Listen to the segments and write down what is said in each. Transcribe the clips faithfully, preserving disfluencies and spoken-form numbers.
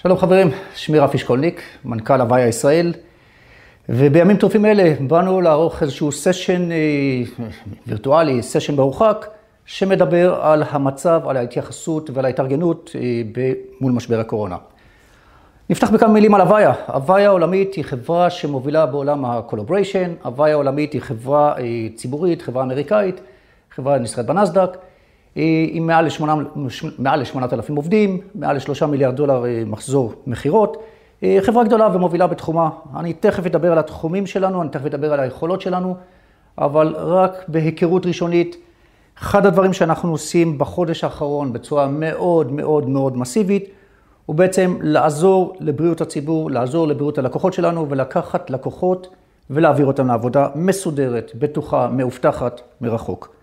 שלום חברים, שמי רפי שקולניק, מנכ"ל הוויה ישראל, ובימים טרופים אלה באנו לערוך איזשהו סשן וירטואלי, סשן מרוחק, שמדבר על המצב, על ההתייחסות ועל ההתארגנות מול משבר הקורונה. נפתח בכמה מילים על הוויה. הוויה העולמית היא חברה שמובילה בעולם הקולבריישן, הוויה העולמית היא חברה ציבורית, חברה אמריקאית, חברה נסחרת בנסדק, עם מעל ל-שמונת אלפים עובדים, מעל ל-שלושה מיליארד דולר מחזור מחירות. חברה גדולה ומובילה בתחומה. אני תכף אדבר על התחומים שלנו, אני תכף אדבר על היכולות שלנו, אבל רק בהיכרות ראשונית, אחד הדברים שאנחנו עושים בחודש האחרון בצורה מאוד מאוד מאוד מסיבית, הוא בעצם לעזור לבריאות הציבור, לעזור לבריאות הלקוחות שלנו, ולקחת לקוחות ולהעביר אותם לעבודה מסודרת, בטוחה, מאובטחת, מרחוק.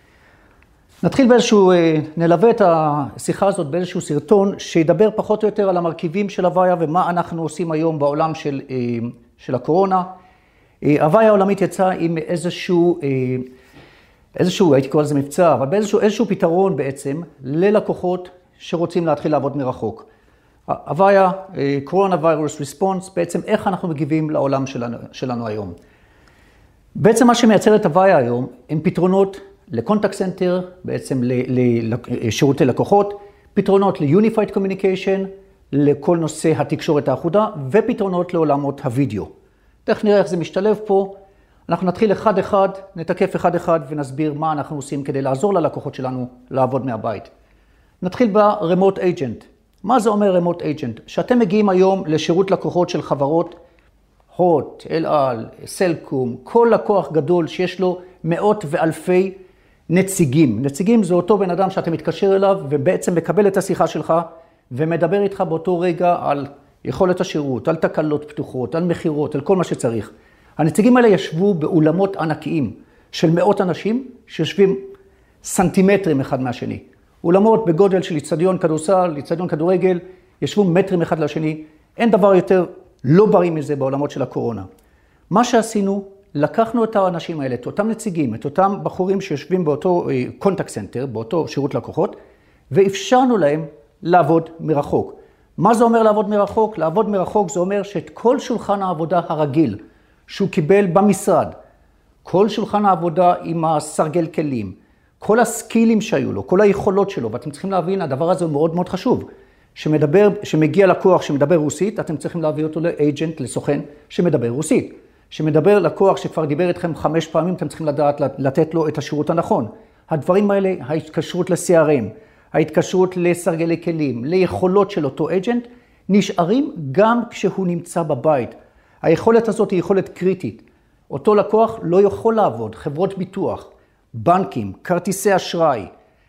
נתחיל באיזשהו, נלווה את השיחה הזאת באיזשהו סרטון שידבר פחות או יותר על המרכיבים של הוויה ומה אנחנו עושים היום בעולם של, של הקורונה. הוויה העולמית יצאה עם איזשהו, איזשהו, הייתי קורא לזה מבצע, אבל באיזשהו איזשהו פתרון בעצם ללקוחות שרוצים להתחיל לעבוד מרחוק. הוויה, קורונה ויירוס ריספונס, בעצם איך אנחנו מגיבים לעולם שלנו, שלנו היום. בעצם מה שמייצר את הוויה היום הם פתרונות לקונטקט סנטר, בעצם לשירותי לקוחות, פתרונות ל-Unified Communication, לכל נושא התקשורת האחודה, ופתרונות לעולמות הוידאו. תכף נראה איך זה משתלב פה. אנחנו נתחיל אחד אחד, נתקף אחד אחד ונסביר מה אנחנו עושים כדי לעזור ללקוחות שלנו לעבוד מהבית. נתחיל ב-Remote Agent. מה זה אומר Remote Agent? שאתם מגיעים היום לשירות לקוחות של חברות, הוט, אל על, סלקום, כל לקוח גדול שיש לו מאות ואלפי נציגים. נציגים זה אותו בן אדם שאתה מתקשר אליו ובעצם מקבל את השיחה שלך ומדבר איתך באותו רגע על יכולת השירות, על תקלות פתוחות, על מחירות, על כל מה שצריך. הנציגים האלה ישבו באולמות ענקיים של מאות אנשים שיושבים סנטימטרים אחד מהשני. אולמות בגודל של אצטדיון כדורסל, אצטדיון כדורגל, ישבו מטרים אחד לשני. אין דבר יותר לא בריא מזה בעולמות של הקורונה. מה שעשינו, לקחנו את האנשים האלה, את אותם נציגים, את אותם בחורים שיושבים באותו קונטקט סנטר, באותו שירות לקוחות, ואפשרנו להם לעבוד מרחוק. מה זה אומר לעבוד מרחוק? לעבוד מרחוק זה אומר שאת כל שולחן העבודה הרגיל שהוא קיבל במשרד, כל שולחן העבודה עם הסרגל כלים, כל הסקילים שהיו לו, כל היכולות שלו, ואתם צריכים להבין, הדבר הזה הוא מאוד מאוד חשוב. שמדבר, שמגיע לקוח שמדבר רוסית, אתם צריכים להביא אותו לאג'נט, לסוכן שמדבר רוסית. שמדבר לקוח שכבר דיבר איתכם חמש פעמים, אתם צריכים לדעת לתת לו את השירות הנכון. הדברים האלה, ההתקשרות ל-סי אר אם, ההתקשרות לסרגלי כלים, ליכולות של אותו אג'נט, נשארים גם כשהוא נמצא בבית. היכולת הזאת היא יכולת קריטית. אותו לקוח לא יכול לעבוד, חברות ביטוח, בנקים, כרטיסי אשראי,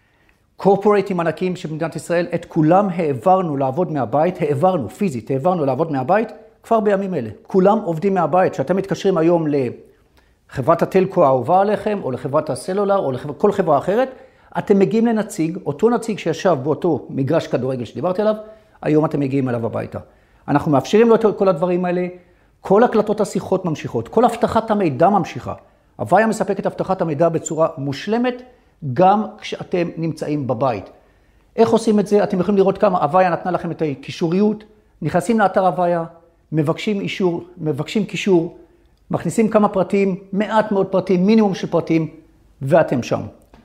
קורפורטים ענקים של מדינת ישראל, את כולם העברנו לעבוד מהבית, העברנו פיזית, העברנו לעבוד מהבית, כבר בימים אלה. כולם עובדים מהבית. כשאתם מתקשרים היום לחברת הטלקו האהובה עליכם, או לחברת הסלולר, או לכל חברה אחרת, אתם מגיעים לנציג, אותו נציג שישב באותו מגרש כדורגל שדיברתי עליו, היום אתם מגיעים אליו הביתה. אנחנו מאפשרים לו את כל הדברים האלה, כל הקלטות השיחות ממשיכות, כל הבטחת המידע ממשיכה. הוויה מספקת הבטחת המידע בצורה מושלמת, גם כשאתם נמצאים בבית. איך עושים את זה? אתם יכולים לראות כמה הוויה נתנה לכם את הקישוריות, נכנסים לאתר הוויה, מבקשים אישור, מבקשים קישור, מכניסים כמה פרטים, מעט מאוד פרטים, מינימום של פרטים, ואתם שם.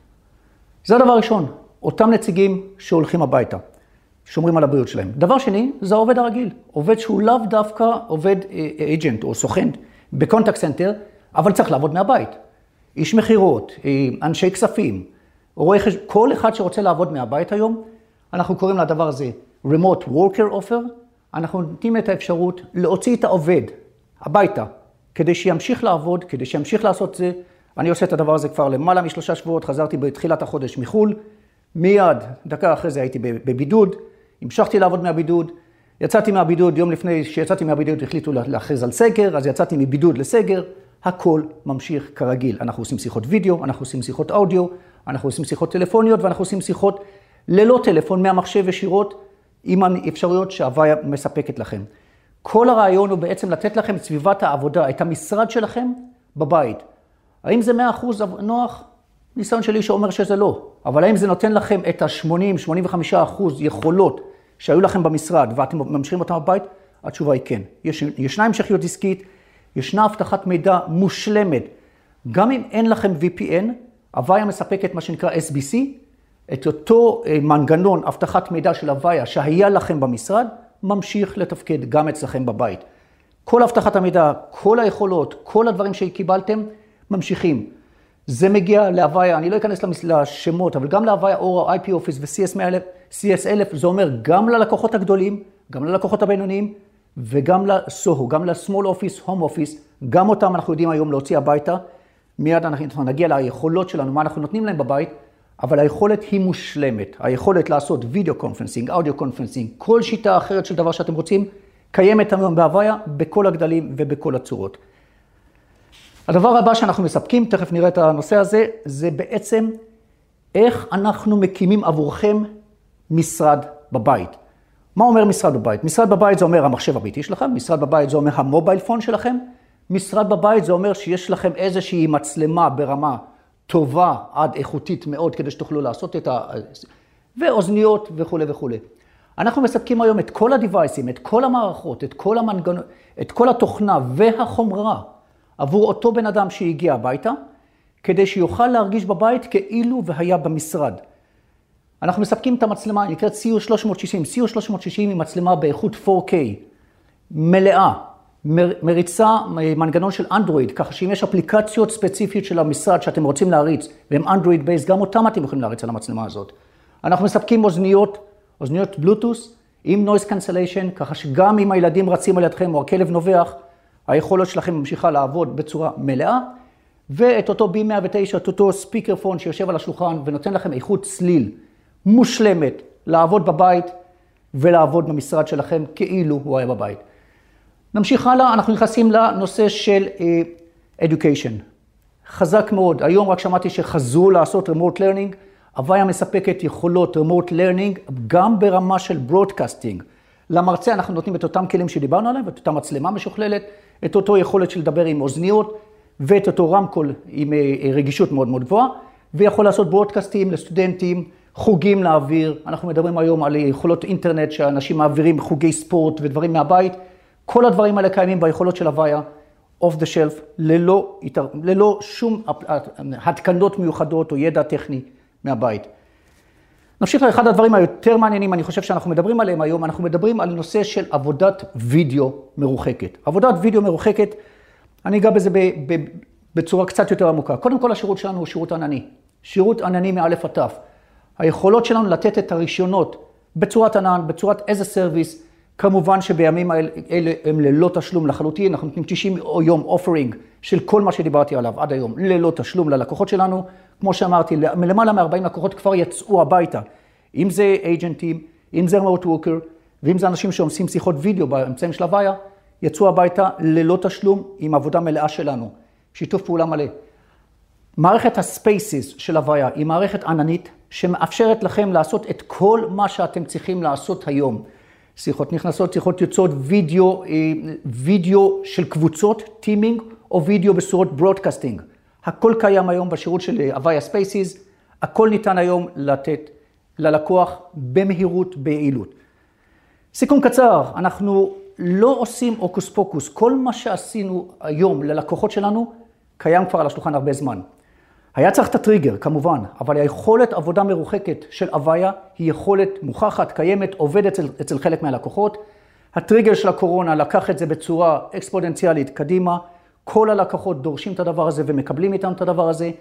זה הדבר הראשון, אותם נציגים שהולכים הביתה, שומרים על הבריאות שלהם. דבר שני, זה העובד הרגיל, עובד שהוא לאו דווקא עובד אג'נט או סוכן בקונטקט סנטר, אבל צריך לעבוד מהבית. איש מחירות, אנשי כספים, רואה חשבון, כל אחד שרוצה לעבוד מהבית היום, אנחנו קוראים לדבר הזה Remote Worker Offer, אנחנו נותנים את האפשרות להוציא את העובד הביתה, כדי שימשיך לעבוד, כדי שימשיך לעשות זה. אני עושה את הדבר הזה כבר למעלה משלושה שבועות, חזרתי בתחילת החודש מחול, מיד, דקה אחרי זה הייתי בבידוד, המשכתי לעבוד מהבידוד, יצאתי מהבידוד, יום לפני שיצאתי מהבידוד החליטו להכריז על סגר, אז יצאתי מבידוד לסגר, הכל ממשיך כרגיל. אנחנו עושים שיחות וידאו, אנחנו עושים שיחות אודיו, אנחנו עושים שיחות טלפוניות, ואנחנו עושים שיחות ללא טלפון, מהמחשב ישירות, עם האפשרויות שההוויה מספקת לכם. כל הרעיון הוא בעצם לתת לכם את סביבת העבודה, את המשרד שלכם בבית. האם זה מאה אחוז נוח? ניסיון שלי שאומר שזה לא. אבל האם זה נותן לכם את ה-שמונים עד שמונים וחמישה אחוז יכולות שהיו לכם במשרד ואתם ממשיכים אותם בבית? התשובה היא כן. יש, ישנה המשכיות עסקית, ישנה הבטחת מידע מושלמת. גם אם אין לכם וי פי אן, הוויה מספקת מה שנקרא אס בי סי, את אותו מנגנון הבטחת מידע של הוויה שהיה לכם במשרד, ממשיך לתפקד גם אצלכם בבית. כל הבטחת המידע, כל היכולות, כל הדברים שקיבלתם, ממשיכים. זה מגיע להוויה, אני לא אכנס לשמות, אבל גם להוויה אורה, איי פי Office ו-סי אס אלף, זה אומר גם ללקוחות הגדולים, גם ללקוחות הבינוניים, וגם לסוהו, גם ל-Small Office, Home Office, גם אותם אנחנו יודעים היום להוציא הביתה. מיד אנחנו נגיע ליכולות שלנו, מה אנחנו נותנים להם בבית, אבל היכולת היא מושלמת. היכולת לעשות וידאו קונפרנסינג, אודיו קונפרנסינג, כל שיטה אחרת של דבר שאתם רוצים, קיימת היום בהוויה בכל הגדלים ובכל הצורות. הדבר הבא שאנחנו מספקים, תכף נראה את הנושא הזה, זה בעצם איך אנחנו מקימים עבורכם משרד בבית. מה אומר משרד בבית? משרד בבית זה אומר המחשב הביתי שלכם, משרד בבית זה אומר המובייל פון שלכם, משרד בבית זה אומר שיש לכם איזושהי מצלמה ברמה טובה עד איכותית מאוד כדי שתוכלו לעשות את ה... ואוזניות וכו' וכו'. אנחנו מספקים היום את כל הדיווייסים, את כל המערכות, את כל המנגנון, את כל התוכנה והחומרה עבור אותו בן אדם שהגיע הביתה, כדי שיוכל להרגיש בבית כאילו והיה במשרד. אנחנו מספקים את המצלמה, היא נקראת סי יו שלוש מאות שישים. סי יו שלוש מאות שישים היא מצלמה באיכות פור קיי, מלאה, מריצה מנגנון של אנדרואיד, ככה שאם יש אפליקציות ספציפיות של המשרד שאתם רוצים להריץ, והם אנדרואיד בייס, גם אותם אתם יכולים להריץ על המצלמה הזאת. אנחנו מספקים אוזניות, אוזניות בלוטוס, עם נויז קנסליישן, ככה שגם אם הילדים רצים על ידכם או הכלב נובח, היכולת שלכם ממשיכה לעבוד בצורה מלאה, ואת אותו בי מאה ותשע, את אותו ספיקר פון שיושב על השולחן ונותן לכם איכות צליל מושלמת לעבוד בבית ולעבוד במשרד שלכם כאילו הוא היה בבית. נמשיך הלאה, אנחנו נכנסים לנושא של uh, education. חזק מאוד, היום רק שמעתי שחזרו לעשות remote learning, הוויה מספקת יכולות remote learning גם ברמה של broadcasting. למרצה אנחנו נותנים את אותם כלים שדיברנו עליהם, את אותה מצלמה משוכללת, את אותו יכולת של לדבר עם אוזניות, ואת אותו רמקול עם רגישות מאוד מאוד גבוהה, ויכול לעשות ברודקאסטים לסטודנטים, חוגים להעביר. אנחנו מדברים היום על יכולות אינטרנט שאנשים מעבירים חוגי ספורט ודברים מהבית. כל הדברים האלה קיימים ביכולות של הוויה, off the shelf, ללא, ללא שום התקנות מיוחדות או ידע טכני מהבית. נמשיך לאחד הדברים היותר מעניינים, אני חושב שאנחנו מדברים עליהם היום, אנחנו מדברים על נושא של עבודת וידאו מרוחקת. עבודת וידאו מרוחקת, אני אגע בזה בצורה קצת יותר עמוקה. קודם כל השירות שלנו הוא שירות ענני. שירות ענני מאלף עד תף. היכולות שלנו לתת את הרישיונות בצורת ענן, בצורת as a service, כמובן שבימים האלה הם ללא תשלום לחלוטין, אנחנו נותנים תשעים יום אופרינג של כל מה שדיברתי עליו עד היום, ללא תשלום ללקוחות שלנו. כמו שאמרתי, מלמעלה מ-ארבעים לקוחות כבר יצאו הביתה. אם זה אייג'נטים, אם זה remote worker, ואם זה אנשים שעושים שיחות וידאו באמצעים של הוויה, יצאו הביתה ללא תשלום עם עבודה מלאה שלנו. שיתוף פעולה מלא. מערכת הספייסיס של הוויה היא מערכת עננית שמאפשרת לכם לעשות את כל מה שאתם צריכים לעשות היום. שיחות נכנסות, שיחות יוצאות, וידאו, וידאו של קבוצות, טימינג, או וידאו בצורות ברודקאסטינג. הכל קיים היום בשירות של הוויה ספייסיס, הכל ניתן היום לתת ללקוח במהירות, ביעילות. סיכום קצר, אנחנו לא עושים אוקוס פוקוס, כל מה שעשינו היום ללקוחות שלנו קיים כבר על השולחן הרבה זמן. היה צריך את הטריגר, כמובן, אבל היכולת עבודה מרוחקת של הוויה היא יכולת מוכחת, קיימת, עובדת אצל, אצל חלק מהלקוחות. הטריגר של הקורונה לקח את זה בצורה אקספוננציאלית קדימה, כל הלקוחות דורשים את הדבר הזה ומקבלים איתם את הדבר הזה.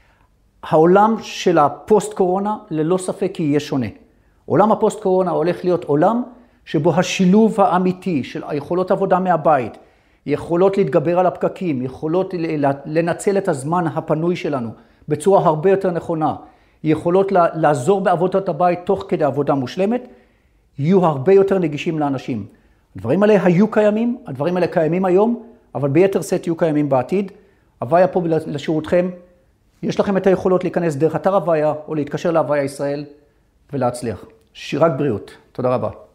העולם של הפוסט קורונה ללא ספק יהיה שונה. עולם הפוסט קורונה הולך להיות עולם שבו השילוב האמיתי של היכולות עבודה מהבית, יכולות להתגבר על הפקקים, יכולות לנצל את הזמן הפנוי שלנו בצורה הרבה יותר נכונה, יכולות לעזור בעבודת הבית תוך כדי עבודה מושלמת, יהיו הרבה יותר נגישים לאנשים. הדברים האלה היו קיימים, הדברים האלה קיימים היום, אבל ביתר סט יהיו קיימים בעתיד. הוויה פה לשירותכם, יש לכם את היכולות להיכנס דרך אתר הוויה או להתקשר להוויה ישראל ולהצליח. שירת בריאות. תודה רבה.